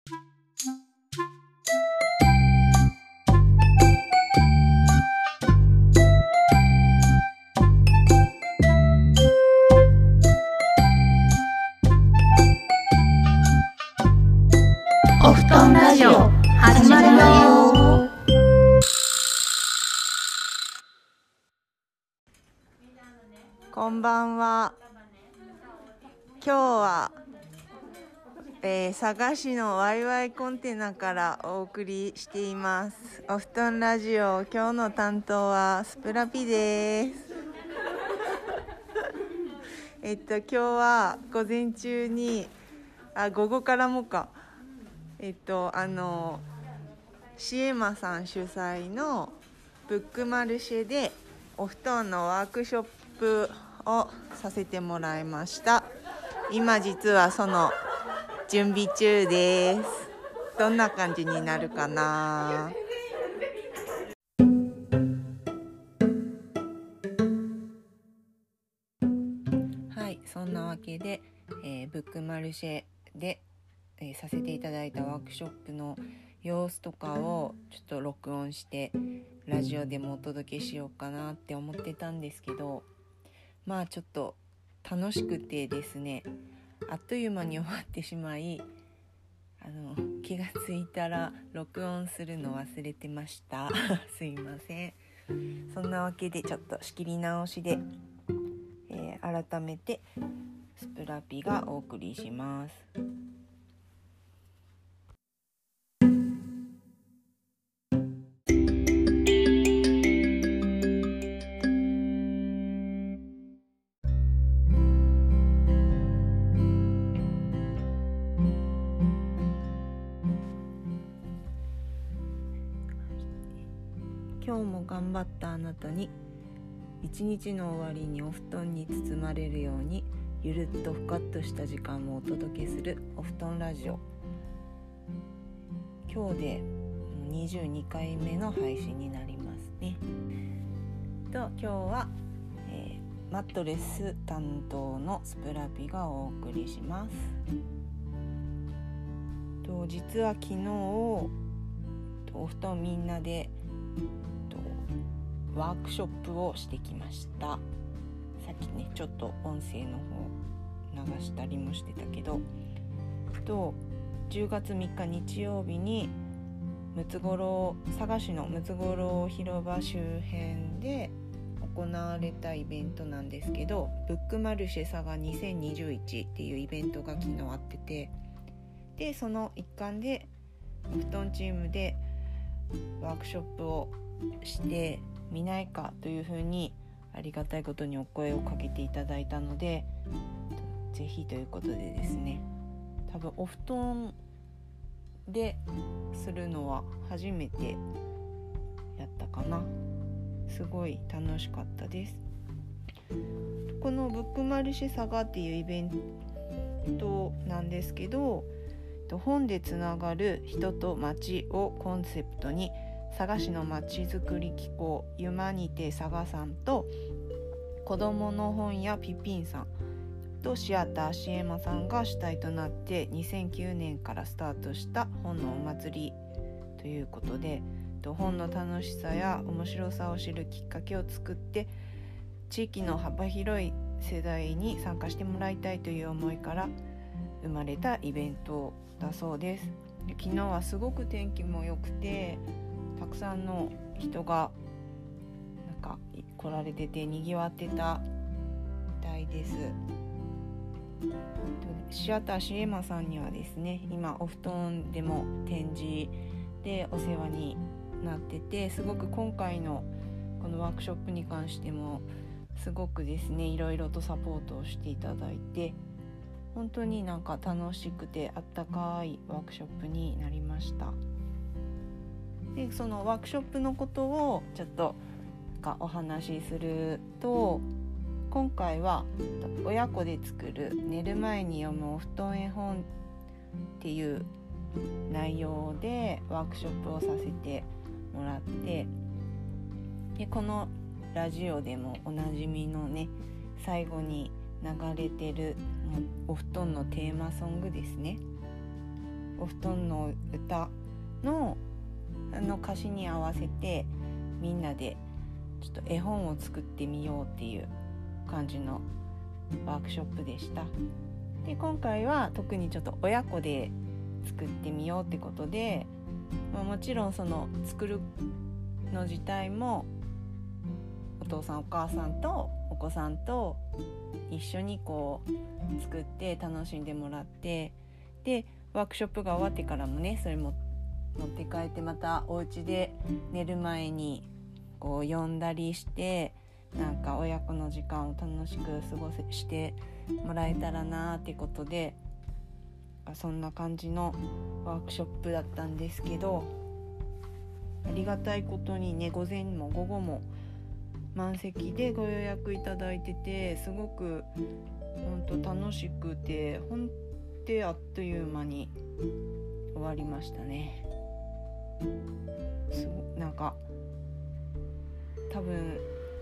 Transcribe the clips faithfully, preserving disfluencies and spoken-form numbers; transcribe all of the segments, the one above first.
お布団ラジオ始まるよ。 こんばんは。今日は、えー、佐賀市のワイワイコンテナからお送りしています。お布団ラジオ、今日の担当はスプラピです。えっと今日は午前中にあ午後からもかえっとあのシエマさん主催のブックマルシェでお布団のワークショップをさせてもらいました。今実はその準備中です。どんな感じになるかな。はい、そんなわけで、えー、ブックマルシェで、えー、させていただいたワークショップの様子とかをちょっと録音してラジオでもお届けしようかなって思ってたんですけど、まあちょっと楽しくてですね、あっという間に終わってしまい、あの気がついたら録音するの忘れてましたすいません。そんなわけでちょっと仕切り直しで、えー、改めてスプラピがお送りします。今日も頑張ったあなたに、一日の終わりにお布団に包まれるようにゆるっとふかっとした時間をお届けするお布団ラジオ。今日でにじゅうにかいめの配信になりますね。と今日は、えー、マットレス担当のスプラピがお送りします。と実は昨日お布団みんなでワークショップをしてきました。さっきねちょっと音声の方流したりもしてたけど、とじゅうがつみっか日曜日にムツゴロウ佐賀市のムツゴロウ広場周辺で行われたイベントなんですけど、ブックマルシェ佐賀にせんにじゅういちっていうイベントが昨日あってて、でその一環でお布団チームでワークショップをしてみないかというふうにありがたいことにお声をかけていただいたので、ぜひということでですね、多分お布団でするのは初めてやったかな。すごい楽しかったです。このブックマルシェ佐賀っていうイベントなんですけど、本でつながる人と街をコンセプトに佐賀市のまちづくり機構ユマニテ佐賀さんと子どもの本屋ピピンさんとシアターシエマさんが主体となってにせんきゅうねんからスタートした本のお祭りということで、本の楽しさや面白さを知るきっかけを作って地域の幅広い世代に参加してもらいたいという思いから生まれたイベントだそうです。で昨日はすごく天気も良くて、たくさんの人がなんか来られててにぎわってたみたいです。シアターシエマさんにはですね、今お布団でも展示でお世話になってて、すごく今回のこのワークショップに関してもすごくですねいろいろとサポートをしていただいて、本当になんか楽しくてあったかいワークショップになりました。でそのワークショップのことをちょっとお話しすると、今回は親子で作る寝る前に読むお布団絵本っていう内容でワークショップをさせてもらって、でこのラジオでもおなじみのね最後に流れてるお布団のテーマソングですねお布団の歌のあの歌詞に合わせてみんなでちょっと絵本を作ってみようっていう感じのワークショップでした。で今回は特にちょっと親子で作ってみようってことで、まあ、もちろんその作るの自体もお父さんお母さんとお子さんと一緒にこう作って楽しんでもらって、でワークショップが終わってからもねそれも持って帰ってまたお家で寝る前にこう読んだりして、なんか親子の時間を楽しく過ごせしてもらえたらなってことで、そんな感じのワークショップだったんですけど、ありがたいことにね午前も午後も満席でご予約いただいてて、すごく本当楽しくて、本当にあっという間に終わりましたね。すごなんか多分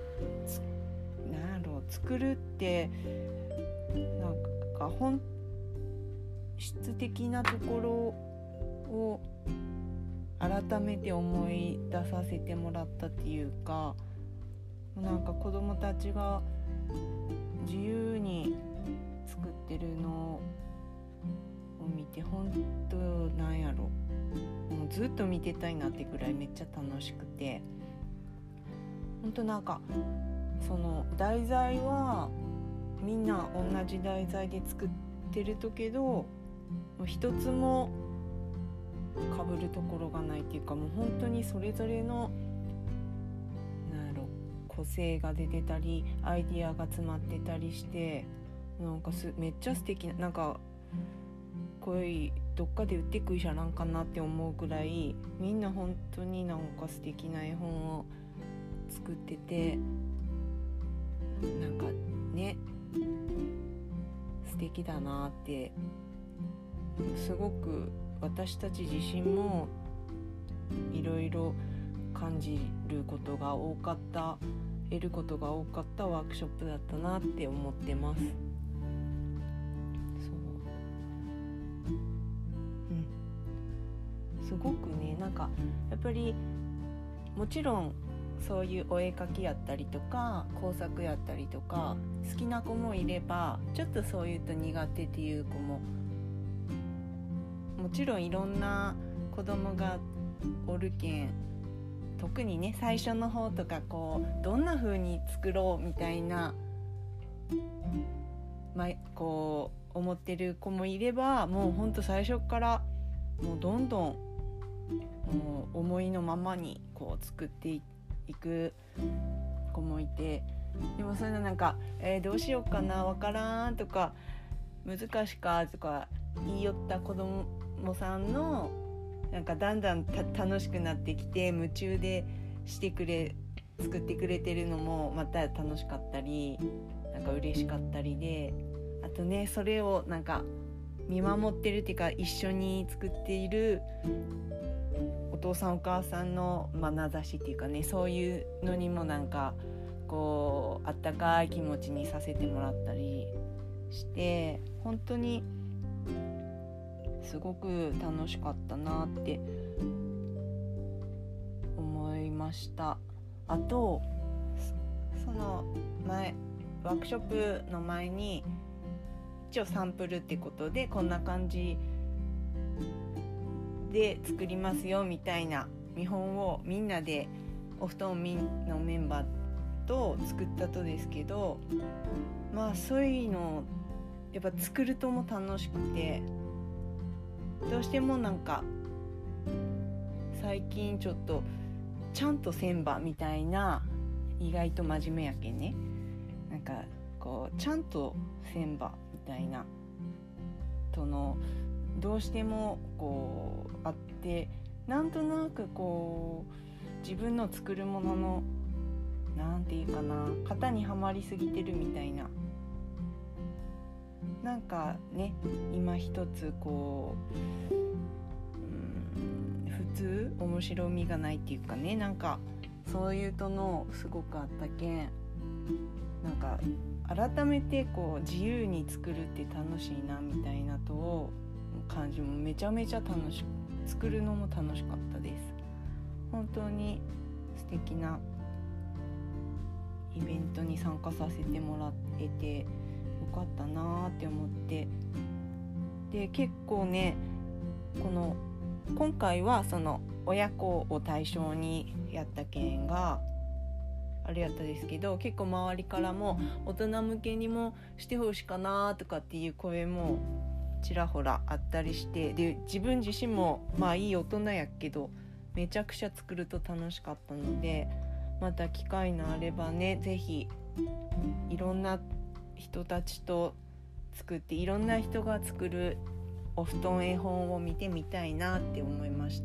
なんだろう作るってなんか本質的なところを改めて思い出させてもらったっていうか、なんか子供たちが自由に作ってるのを見て本当なんやろもうずっと見てたいなってくらいめっちゃ楽しくて、本当なんかその題材はみんな同じ題材で作ってるとけど一つも被るところがないっていうか、もう本当にそれぞれのなんやろ個性が出てたりアイディアが詰まってたりして、なんかすめっちゃ素敵な、なんかこれどっかで売ってくいじゃなんかなって思うくらいみんな本当になんか素敵な絵本を作ってて、なんかね素敵だなってすごく私たち自身もいろいろ感じることが多かった得ることが多かったワークショップだったなって思ってます。すごくねなんかやっぱりもちろんそういうお絵描きやったりとか工作やったりとか好きな子もいれば、ちょっとそういうと苦手っていう子ももちろんいろんな子供がおるけん、特にね最初の方とかこうどんな風に作ろうみたいな、ま、こう思ってる子もいれば、もうほんと最初からもうどんどんもう思いのままにこう作っていく子もいて、でもそういうのなんか、えー、どうしようかなわからんとか難しかとか言いよった子供さんのなんかだんだんた楽しくなってきて夢中でしてくれ作ってくれてるのもまた楽しかったりなんか嬉しかったりで、あとねそれをなんか見守ってるっていうか一緒に作っているお父さんお母さんの眼差しっていうかね、そういうのにもなんかこうあったかい気持ちにさせてもらったりして、本当にすごく楽しかったなって思いました。あとその前ワークショップの前に一応サンプルってことでこんな感じで作りますよみたいな見本をみんなでお布団のメンバーと作ったとですけど、まあそういうのやっぱ作るとも楽しくて、どうしてもなんか最近ちょっとちゃんとせんばみたいな、意外と真面目やけんね、なんかこうちゃんとせんばみたいなとのどうしてもこうあって、なんとなくこう自分の作るもののなんていうかな型にはまりすぎてるみたいな、なんかね今一つこう、うん、普通面白みがないっていうかね、なんかそういうとのすごくあったけん、なんか改めてこう自由に作るって楽しいなみたいなとを感じもめちゃめちゃ楽しく、作るのも楽しかったです。本当に素敵なイベントに参加させてもらえてよかったなって思って、で結構ね、この今回はその親子を対象にやった件があれやったですけど、結構周りからも大人向けにもしてほしいかなとかっていう声もちらほらあったりして、で自分自身もまあいい大人やけどめちゃくちゃ作ると楽しかったので、また機会のあればね、ぜひいろんな人たちと作って、いろんな人が作るお布団絵本を見てみたいなって思いました。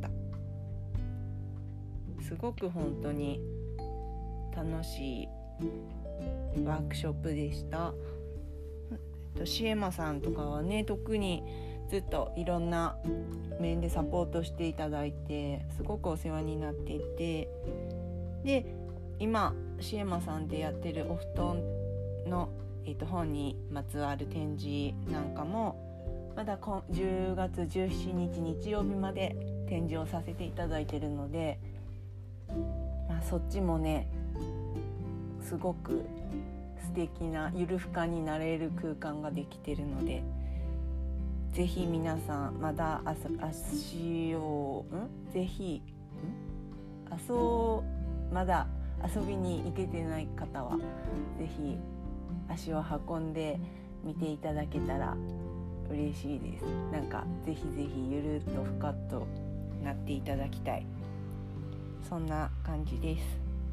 すごく本当に楽しいワークショップでした。シエマさんとかはね、特にずっといろんな面でサポートしていただいて、すごくお世話になっていて、で今シエマさんでやってるお布団の、えーと、本にまつわる展示なんかもまだじゅうがつじゅうしちにち日曜日まで展示をさせていただいているので、まあ、そっちもねすごく素敵なゆるふかになれる空間ができているので、ぜひ皆さんまだ足をんぜひんあそうまだ遊びに行けてない方はぜひ足を運んで見ていただけたら嬉しいです。なんかぜひぜひゆるっとふかっとなっていただきたい、そんな感じです。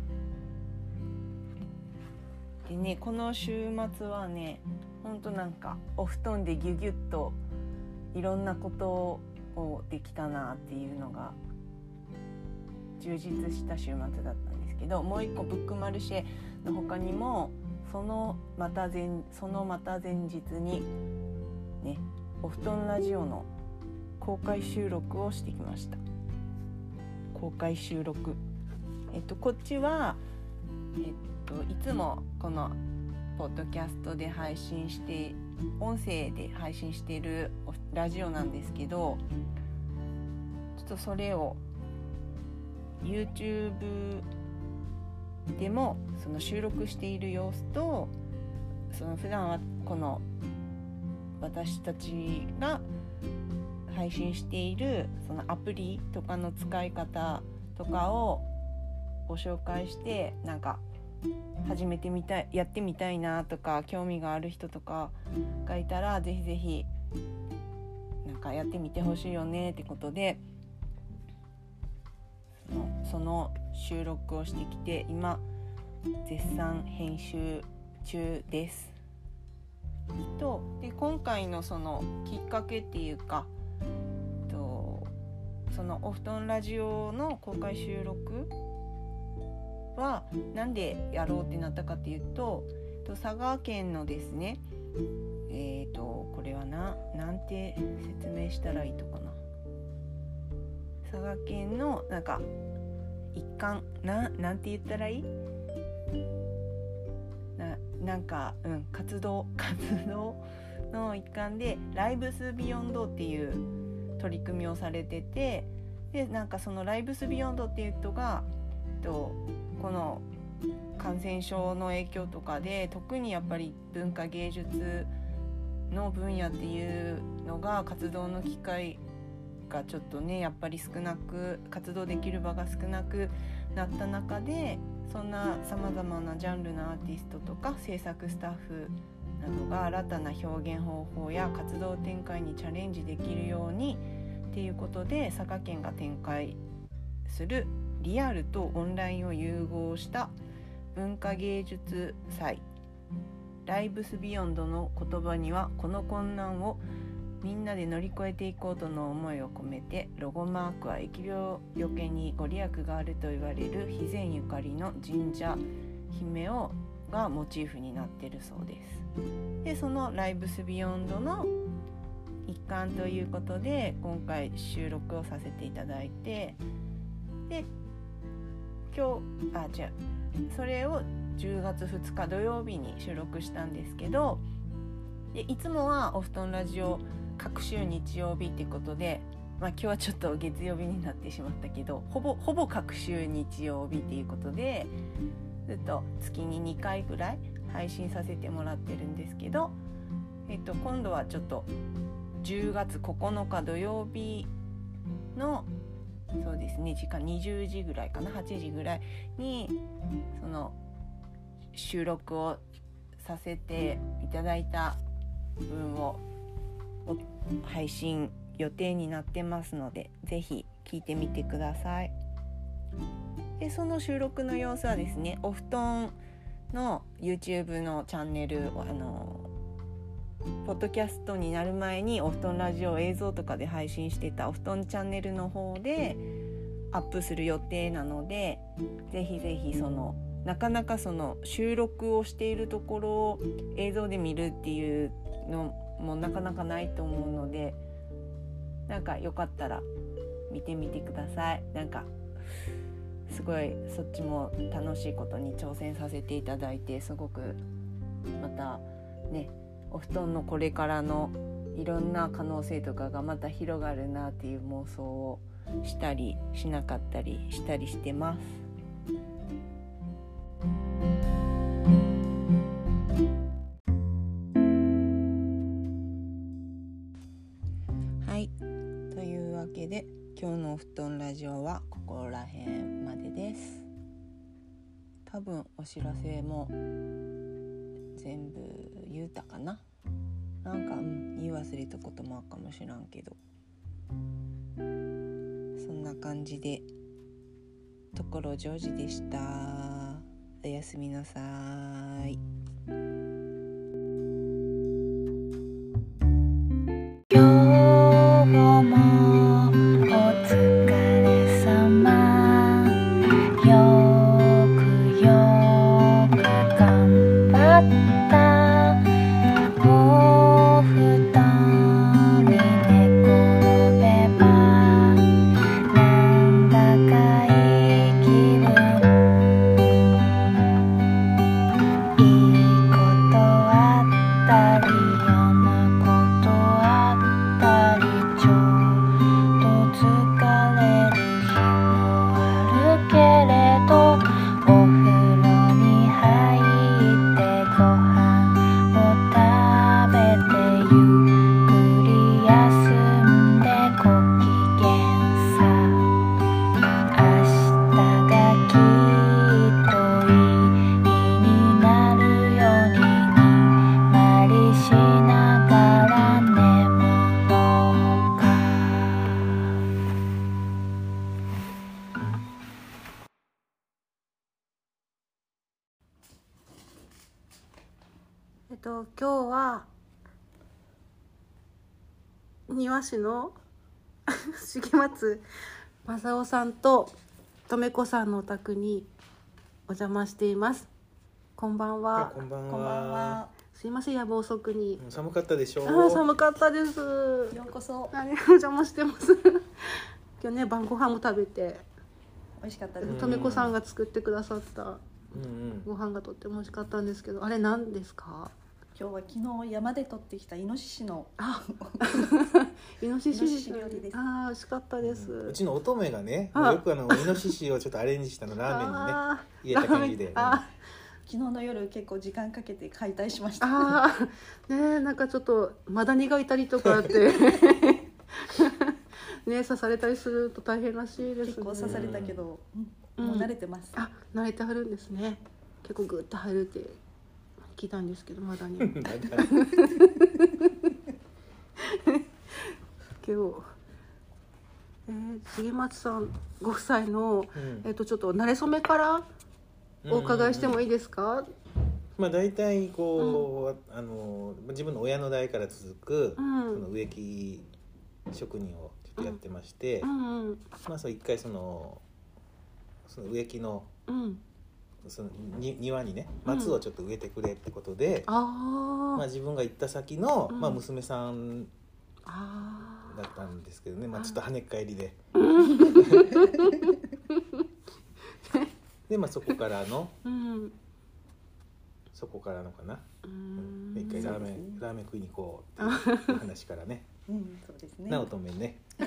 でね、この週末はね、ほんとなんかお布団でギュギュッといろんなことをできたなっていうのが充実した週末だったんですけど、もう一個ブックマルシェの他にもそのまた前そのまた前日にね、お布団ラジオの公開収録をしてきました。公開収録、えっとこっちはえっといつもこのポッドキャストで配信して音声で配信しているラジオなんですけど、ちょっとそれを YouTube でもその収録している様子と、その普段はこの私たちが配信しているそのアプリとかの使い方とかをご紹介して、なんか始めてみたい、やってみたいなとか興味がある人とかがいたらぜひぜひなんかやってみてほしいよねってことで、その、その収録をしてきて今絶賛編集中です。とで今回のそのきっかけっていうか、とそのお布団ラジオの公開収録はなんでやろうってなったかっていうと、と佐賀県のですね、えーとこれはななんて説明したらいいとかな、佐賀県のなんか一環ななんて言ったらいいななんか、うん、活動活動の一環でライブスビヨンドっていう取り組みをされてて、でなんかそのライブスビヨンドっていう人がとこの感染症の影響とかで特にやっぱり文化芸術の分野っていうのが活動の機会がちょっとねやっぱり少なく、活動できる場が少なくなった中で、そんなさまざまなジャンルのアーティストとか制作スタッフなどが新たな表現方法や活動展開にチャレンジできるようにっていうことで、佐賀県が展開するリアルとオンラインを融合した文化芸術祭ライブスビヨンドの言葉にはこの困難をみんなで乗り越えていこうとの思いを込めて、ロゴマークは疫病よけにご利益があると言われる肥前ゆかりの神社姫をがモチーフになっているそうです。でそのライブスビヨンドの一環ということで今回収録をさせていただいて、で今日あじゃあそれをじゅうがつふつか土曜日に収録したんですけど、でいつもはお布団ラジオ各週日曜日ってことで、まあ、今日はちょっと月曜日になってしまったけど、ほぼほぼ各週日曜日っていうことでずっと月ににかいぐらい配信させてもらってるんですけど、えっと、今度はちょっとじゅうがつここのか土曜日のそうですね時間にじゅうじぐらいかな、はちじぐらいにその収録をさせていただいた分を配信予定になってますので、ぜひ聞いてみてください。でその収録の様子はですね、お布団の YouTube のチャンネル、あのポッドキャストになる前にお布団ラジオ映像とかで配信してたお布団チャンネルの方でアップする予定なので、ぜひぜひそのなかなかその収録をしているところを映像で見るっていうのもなかなかないと思うので、なんかよかったら見てみてください。なんかすごいそっちも楽しいことに挑戦させていただいて、すごくまたねお布団のこれからのいろんな可能性とかがまた広がるなっていう妄想をしたりしなかったりしたりしてます。はい、というわけで今日のお布団ラジオはここら辺までです。多分お知らせも全部言うたかな。なんか、うん、言い忘れたこともあるかもしらんけど、そんな感じでところジョージでした。おやすみなさい。 今日もお疲れ様。よくよく頑張った。お布団に寝転べばなんだかいい気分。いいことあったり嫌なことあったりちょっと疲れる日もあるけれど、お風呂に入ってご飯を食べてゆっくり休んでご機嫌さ。明日がきっといい日になるようににまりしながら眠ろうか。 えっと今日は庭師の重松正夫さんととめこさんのお宅にお邪魔しています。こんばんは。 こんばんは。 こんばんは。 すいません、夜分遅くに。 寒かったでしょう。 あー寒かったです。 ようこそ。 あれお邪魔してます今日ね晩ご飯も食べて、 美味しかったです。 うんとめこさんが作ってくださったうんうん。 ご飯がとっても美味しかったんですけど、あれ何ですか？ 今日は昨日山で取ってきたイノシシのあイノシシイノシシ料理です。 あー美味しかったです、 うちの乙女がね、 あよくあのイノシシをちょっとアレンジしたのラーメンにねあ入れた感じで。 あ昨日の夜結構時間かけて解体しました。 あーねえ、なんかちょっとマダニがいたりとかってね刺されたりすると大変らしいですね。 結構刺されたけど、 うんもう慣れてます。 あ慣れてはるんですね。結構グッと入るって聞いたんですけど、マダニうんだから今日、えー、重松さんご夫妻の、 うんえっとちょっと馴れ初めからお伺いしてもいいですか？ まあ大体こう、あの自分の親の代から続く、 うんその植木職人をちょっとやってまして、 うんうんまあそう一回そのその植木のうんそのに庭にね松をちょっと植えてくれってことで、 あー、 まあ自分が行った先の、 うんまあ娘さんあだったんですけどね、まあちょっと跳ねっ返りで。でまあそこからのーうんそこからのかな、 うんで一回ラーメンラーメン食いに行こうっていう話からねうんそうですね。 な乙女ね。 へ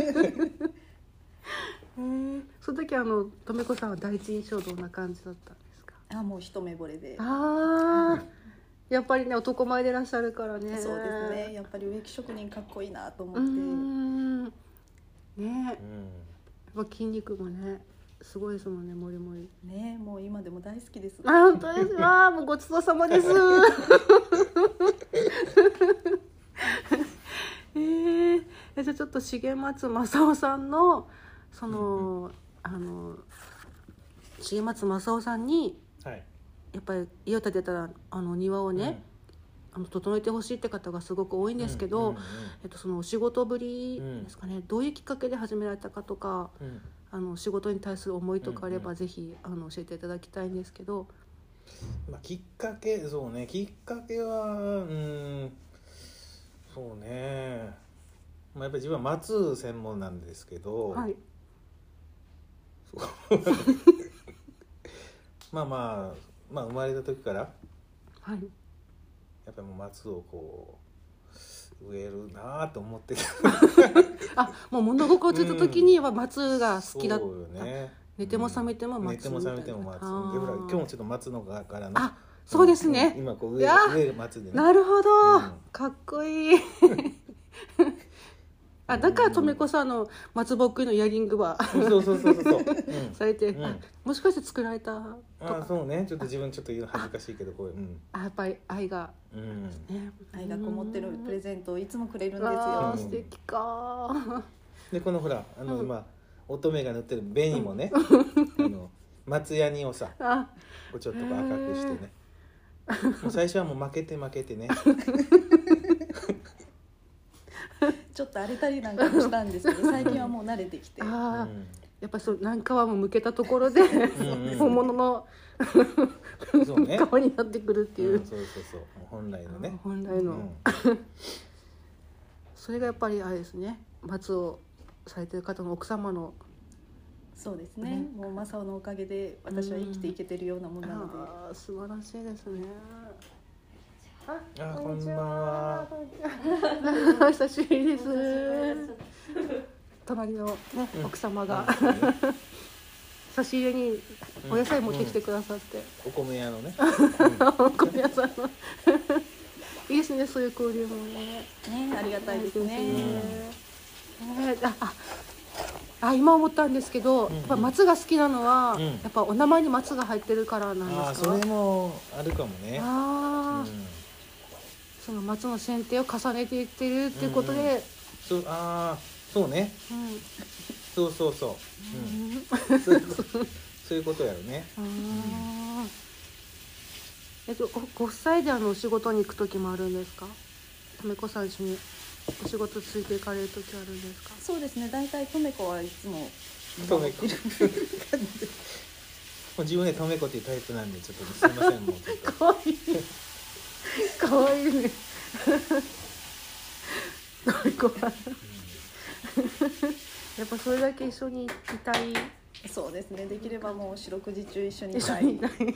え。その時あのとめこさんは第一印象どんな感じだったんですか？ あもう一目惚れで。 ああ、やっぱりね男前でいらっしゃるからね。 そうですね。やっぱり植木職人かっこいいなと思って。 うーん。ねえ、 うん。 やっぱ筋肉もねすごいですもんね、もりもり。 ねもう今でも大好きです。 あ、本当ですか。もうごちそうさまです。えー、じゃあちょっと重松正夫さんのその、うん、あの重松正夫さんに、はい、やっぱり家を建てたらあの庭をね、うん、あの整えてほしいって方がすごく多いんですけど、うんうんうん、えっと、そのお仕事ぶりですかね、うん、どういうきっかけで始められたかとか、うん、あの仕事に対する思いとかあれば、うんうん、ぜひあの教えていただきたいんですけど。 まあ、きっかけそうねきっかけはうんそうね、まあ、やっぱり自分は松専門なんですけど、はい、まあまあまあ生まれた時から、はい、やっぱりもう松をこう植えるなと思ってあ、もう物心ついた時には松が好きだった、うん、そうよね、寝ても覚めても松、 寝ても覚めても松。今日もちょっと松の柄の。 あ、そうですね。 今こう植える松でね。 なるほど、うん、かっこいい。あ、だからとめこさんの松ぼっくりのイヤリングはそうそうそうそうそう、 うん、されて、うん、もしかして作られたとか。 あ、そうね。ちょっと自分ちょっと言うの恥ずかしいけどこういう、うん、 あ、やっぱり愛が、 うんね、 愛がこもってるプレゼントをいつもくれるんですよ。 あ、素敵か。 でこのほらあの、うん、今乙女が塗ってる紅もね、あの松ヤニをさこうちょっとこう赤くしてね、もう最初はもう負けて負けてねちょっと荒れたりなんかもしたんですけど最近はもう慣れてきて、 あ、うん、やっぱりそう何皮も向けたところで本物のそうね、皮になってくるっていう、 うん、そうそうそう、本来のね、 本来の、うん、それがやっぱりあれですね、松をされてる方の奥様の。 そうですね、ね、もう正雄のおかげで私は生きていけてるようなもんなので、 あ、素晴らしいですね。 あ、あ、こんばんは。 久しぶりです。隣のね、うん、奥様が、うん、差し入れにお野菜持ってきてくださって、うん、 お米屋のね、 お米屋さんのいいですね、そういう交流もね。 ね、ありがたいですね。 うん、えー、あああ、今思ったんですけど、うんうん、やっぱ松が好きなのは、うん、やっぱお名前に松が入ってるからなんですか？ あ、それもあるかもね。 あ、うん、その松の剪定を重ねていってるっていうことで、うんうん、 そう、あ、そうね、うん、そうそうそう、うん、そういうことそういうことやろね。あ、うん、 えっと、ご夫妻であのお仕事に行く時もあるんですか？とめこさん一緒にお仕事ついていかれる時あるんですか？ そうですね、大体とめこはいつもとめこもう自分でとめこっていうタイプなんでちょっとすみません、もうちょっとかわいいかわいいねとめこはやっぱそれだけ一緒にいたい。 そうですね、できればもう四六時中一緒にいたい。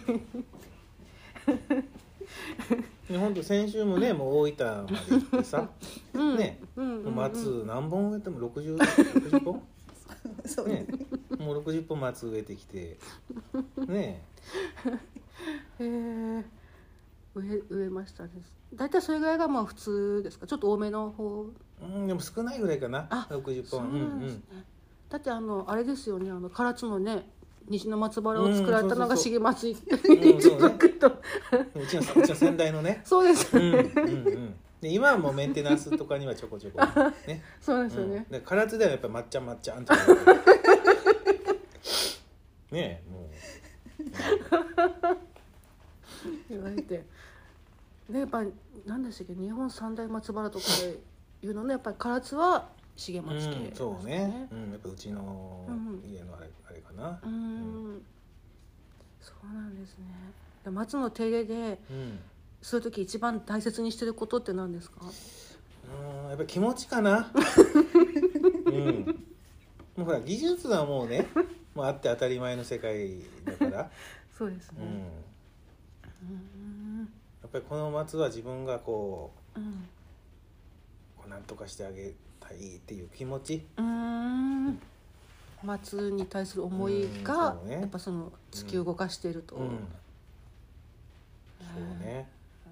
本当先週もね、もう大分まで行ってさ、うん、ね、うん、もう松何本植えてもろくじゅう、ろくじゅっぽんそうね、もうろくじゅっぽん松植えてきてねえー、植え植えましたです。だいたいそれぐらいがまあ普通ですか？ちょっと多めの方。 うん、でも少ないぐらいかな。あ、ろくじゅっぽん。そうなんですね。 うんうん、だってあのあれですよね、あの唐津のね、西の松原を作られたのが重松一族と、 うちのうちの先代のね。 そうですね。うんうんうん、で今はもうメンテナンスとかにはちょこちょこね。 そうですよね。 うん、で唐津ではやっぱりまっちゃんまっちゃんってねえ、もう言われて、でやっぱり何でしたっけ、日本三大松原とかでいうのね、やっぱり唐津は重松家、ね、 うん、そうね、うん、やっぱうちの家のあれ、あれかな、 うん、うん、そうなんですね。松の手入れで、うん、そういう時一番大切にしてることって何ですか？ うん、やっぱり気持ちかな、うん、もうほら技術はもうね、もうあって当たり前の世界だからそうですね、 うん、うん、やっぱりこの松は自分がこう、うん、こうなんとかしてあげたいっていう気持ち、 うーん松に対する思いが、うんね、やっぱその突き動かしていると、うんうん、 そうね。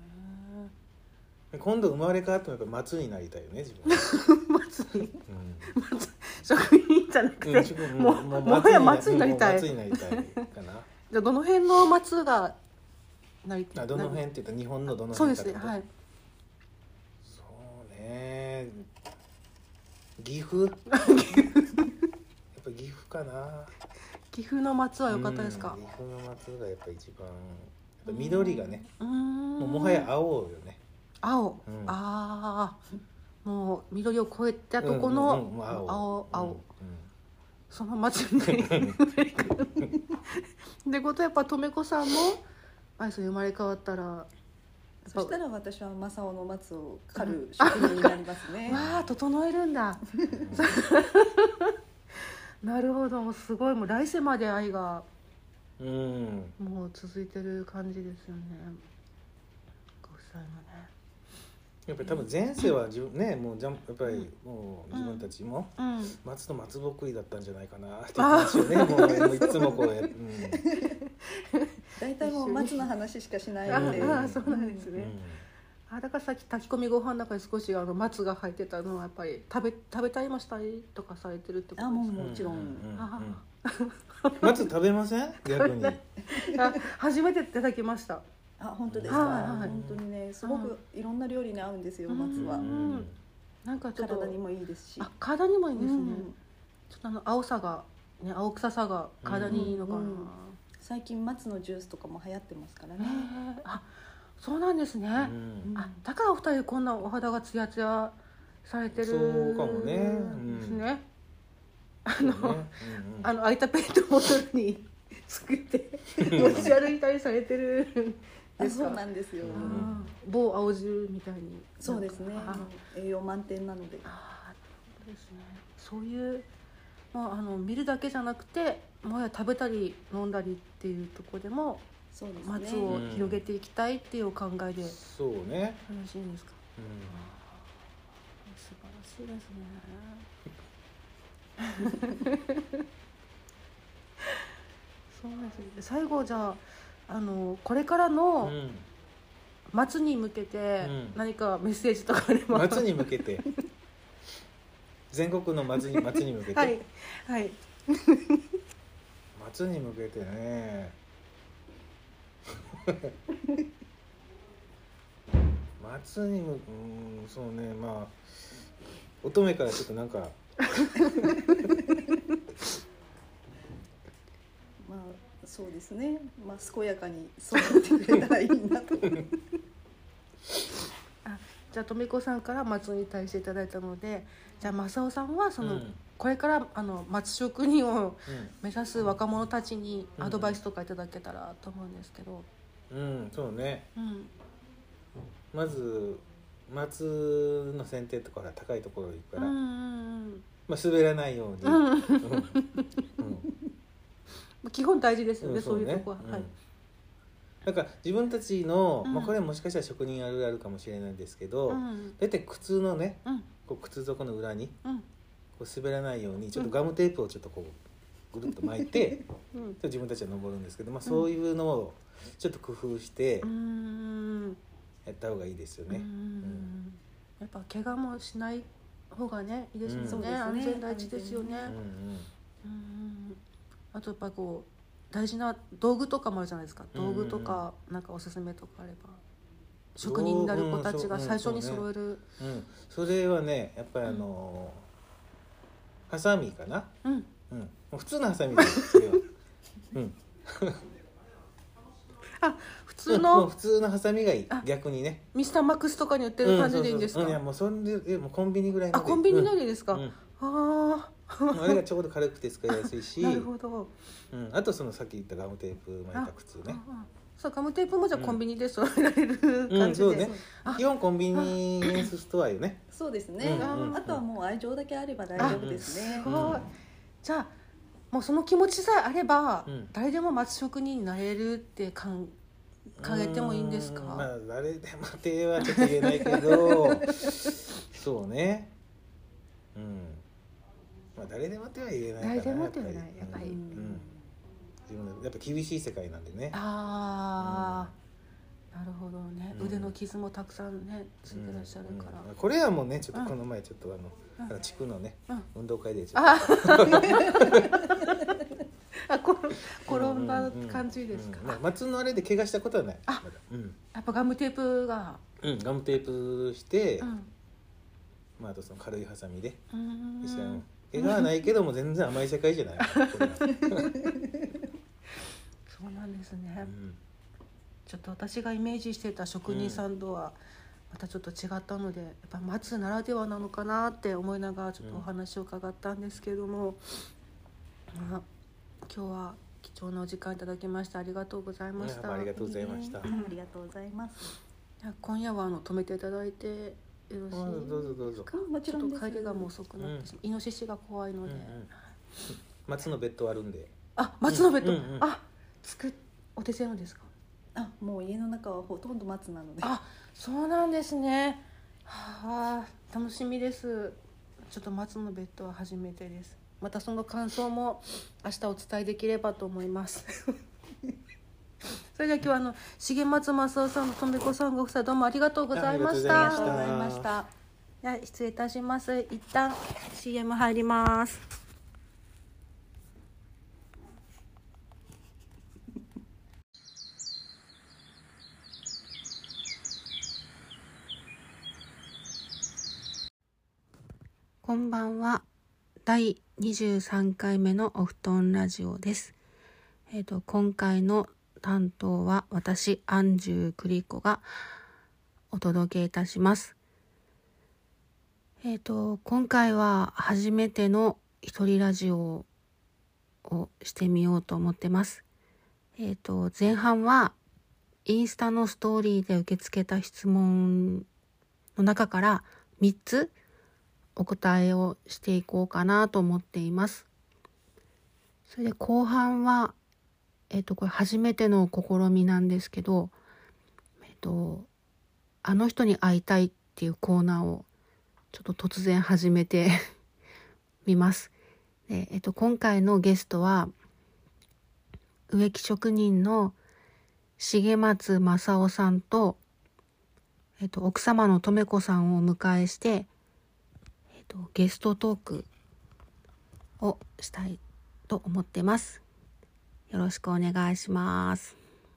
今度生まれ変わってもやっぱ松になりたいよね自分松に、うん、松職人じゃなくて、うん、もうもはや松になりたい。 松になりたいかな。 じゃあどの辺の松がなりたい？ どの辺っていうか日本のどの辺か。 そうですね。はい。 そうね。岐阜。やっぱ岐阜かな。 岐阜の松は良かったですか？ 岐阜の松がやっぱ一番やっぱ緑がね、もうもはや青よね。 青、うん、ああもう緑を越えたとこの、うんうんうん、青青、青、うんうん、その町にでことやっぱとめこさんもあれ生まれ変わったらそしたら私は正雄の松を刈る職人になりますね。 わあ整えるんだなるほどすごいもう来世まで愛が、うん、もう続いてる感じですよねご夫妻もね。 やっぱり多分前世は自分ねもうやっぱりもう自分たちも松と松ぼっくりだったんじゃないかなって話をね、うん、もういつもこうやって、うん、 大体もう松の話しかしないので、 ああそうなんですね、うん、あだからさっき炊き込みご飯の中に少しあの松が入ってたのはやっぱり食べ食べたりもしたりとかされてるってことですか？ あもうもちろん、うんうんうん、松食べません？逆にあ初めていただきました。 あ本当ですか、はいはい、本当にねすごくいろんな料理に合うんですよ、うん、松は、うん、 なんかちょっと体にもいいですしあ体にもいいですね、うん、ちょっとあの青さが、ね、青臭さが体にいいのかな、うんうん、 最近松のジュースとかも流行ってますからね。 あそうなんですね、うん、あだからお二人こんなお肌がツヤツヤされてるそうかもね、 ですね、うん、あの、ねうんうん、あの空いたペットボトルに作って持ち歩いたりされてるあそうなんですよ、うん、 某青汁みたいにそうですね栄養満点なのであそうですねそういう、まあ、あの見るだけじゃなくてもや食べたり飲んだりっていうところでもそうです、ね、松を広げていきたいっていうお考えで、うん、 そうね楽しいんですか、うん、素晴らしいですねそうですね最後じゃああのこれからの松に向けて何かメッセージとかあれば、 うん、松に向けて全国の松に松に向けてはいはい松に向けてね松に向うんそうねまあ乙女からちょっとなんかまあそうですね、まあ、健やかに育ってくれたらいいなとあじゃあとめこさんから松に対していただいたのでじゃあ正雄さんはその、うん、これからあの松職人を目指す若者たちにアドバイスとかいただけたらと思うんですけどうん、うん、そうね、うん、まず松の剪定とかは高いところに行くから、うんうんうんまあ、滑らないように、うんうん基本大事ですよね、 うん、そうね、 そういうとこは、うんはい、 なんか自分たちの、うんまあ、これはもしかしたら職人あるあるかもしれないんですけど、うん、だいたい靴のね、うん、こう靴底の裏に、うん、こう滑らないようにちょっとガムテープをちょっとこうぐるっと巻いて、うん、自分たちは登るんですけど、まあ、そういうのをちょっと工夫してやった方がいいですよね、うんうん、 やっぱ怪我もしない方がねいいですよね、うん、安全第一ですよね、うんうんうんあとやっぱこう大事な道具とかもあるじゃないですか道具とかなんかおすすめとかあれば職人になる子たちが最初に揃える、うんうん そ, う、ねうん、それはねやっぱりあのー、ハサミかな、うんうん、もう普通のハサミですそれは、うん、 あ普通の、 もう普通のハサミがいい逆にねミスターマックスとかに売ってる感じでいいんですか、 うん、そうそうそういやもうそんでもうコンビニぐらいのであコンビニのでですか、うんうん、あああれがちょうど軽くて使いやすいしなるほど、 うん、あとそのさっき言ったガムテープ巻いた靴ねそうガムテープもじゃあコンビニで揃えられる感じで、うんうん、そうね基本コンビニエンスストアよねそうですね、うん、あとはもう愛情だけあれば大丈夫ですね、 すごいじゃあもうその気持ちさえあれば、うん、誰でも松職人になれるって考えてもいいんですか？ まあ誰でも手はちょっと言えないけどそうね。うん。まあ誰でもっては言えないかな。 誰でもっては言えないやっぱり。 うん。自分やっぱ厳しい世界なんでね。 ああ、うん、なるほどね、 うん、 腕の傷もたくさんねついてらっしゃるから、 うんうん、これはもうねちょっとこの前ちょっとあの、うん、地区のね、うん、運動会でちょっと転んだ感じですか。 うんうんうん、松のあれで怪我したことはない。 あ、うん、やっぱガムテープが、 うん、ガムテープして、うん、まあ、あとその軽いハサミで、うん、怪我はないけども全然甘い世界じゃないそうなんですね、うん、ちょっと私がイメージしてた職人さんとはまたちょっと違ったので、やっぱ松ならではなのかなって思いながらちょっとお話を伺ったんですけれども、うん、まあ、今日は貴重なお時間いただきましてありがとうございました。 ありがとうございました。 ありがとうございます。 今夜はあの止めていただいてよろしいですか？ どうぞどうぞ。 もちろんです。 ちょっと帰りがもう遅くなってしまう、うん、イノシシが怖いので、うんうん、 松のベッドあるんで。 あ、松のベッド、うんうんうん、あ、作っお手製のですか？ あ、もう家の中はほとんど松なので。 あ、そうなんですね。はあ、楽しみです。ちょっと松のベッドは初めてです。またその感想も明日お伝えできればと思いますそれでは今日はあの重松正夫さんととめこさんご夫妻どうもありがとうございました。 ありがとうございました。 では失礼いたします。一旦 シーエム 入ります。こんばんは。だいにじゅうさんかいめのお布団ラジオです。えーと、今回の担当は私、アンジュクリコがお届けいたします。えーと、今回は初めての一人ラジオをしてみようと思ってます。えーと、前半はインスタのストーリーで受け付けた質問の中からみっつお答えをしていこうかなと思っています。それで後半は、えっと、これ初めての試みなんですけど、えっと、あの人に会いたいっていうコーナーをちょっと突然始めてみます。で、えっと、今回のゲストは、植木職人の重松正夫さんと、えっと、奥様のとめこさんをお迎えして、ゲストトークをしたいと思ってます。よろしくお願いします。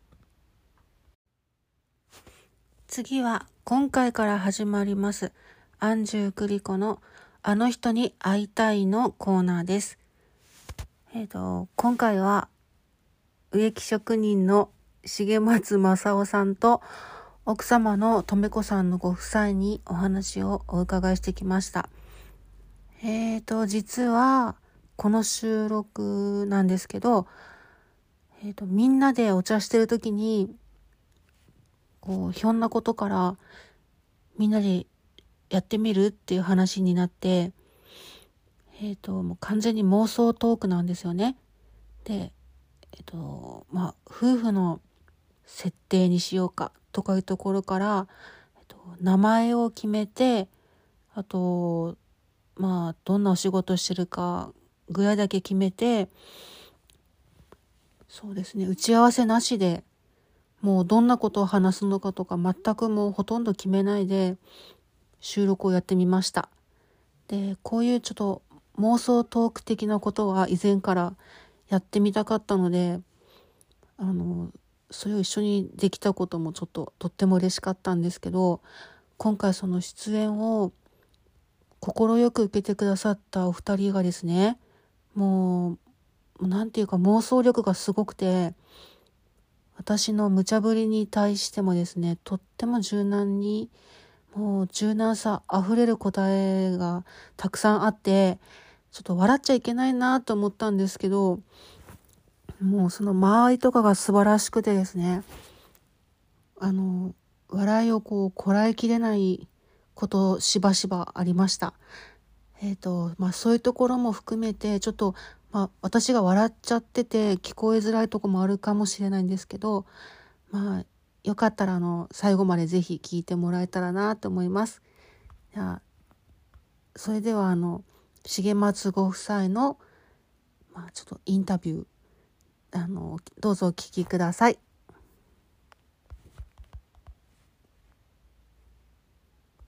次は今回から始まりますアンジュクリコのあの人に会いたいのコーナーです。えっと今回は植木職人の重松正夫さんと奥様のとめこさんのご夫妻にお話をお伺いしてきました。えーと、実は、この収録なんですけど、えーと、みんなでお茶してるときに、こう、ひょんなことから、みんなでやってみるっていう話になって、えーと、もう完全に妄想トークなんですよね。で、えーと、まあ、夫婦の設定にしようかとかいうところから、えーと、名前を決めて、あと、まあどんなお仕事してるかぐらいだけ決めて、そうですね、打ち合わせなしでもうどんなことを話すのかとか全くもうほとんど決めないで収録をやってみました。で、こういうちょっと妄想トーク的なことは以前からやってみたかったので、あのそれを一緒にできたこともちょっととっても嬉しかったんですけど、今回その出演を心よく受けてくださったお二人がですね、もうなんていうか妄想力がすごくて、私の無茶ぶりに対してもですね、とっても柔軟に、もう柔軟さあふれる答えがたくさんあって、ちょっと笑っちゃいけないなと思ったんですけど、もうその間合いとかが素晴らしくてですね、あの笑いをこうこらえきれないことしばしばありました。えっと、まあそういうところも含めてちょっと、まあ私が笑っちゃってて聞こえづらいところもあるかもしれないんですけど、まあよかったらあの最後までぜひ聞いてもらえたらなと思います。じゃあそれではあの重松ご夫妻の、まあ、ちょっとインタビューあのどうぞお聞きください。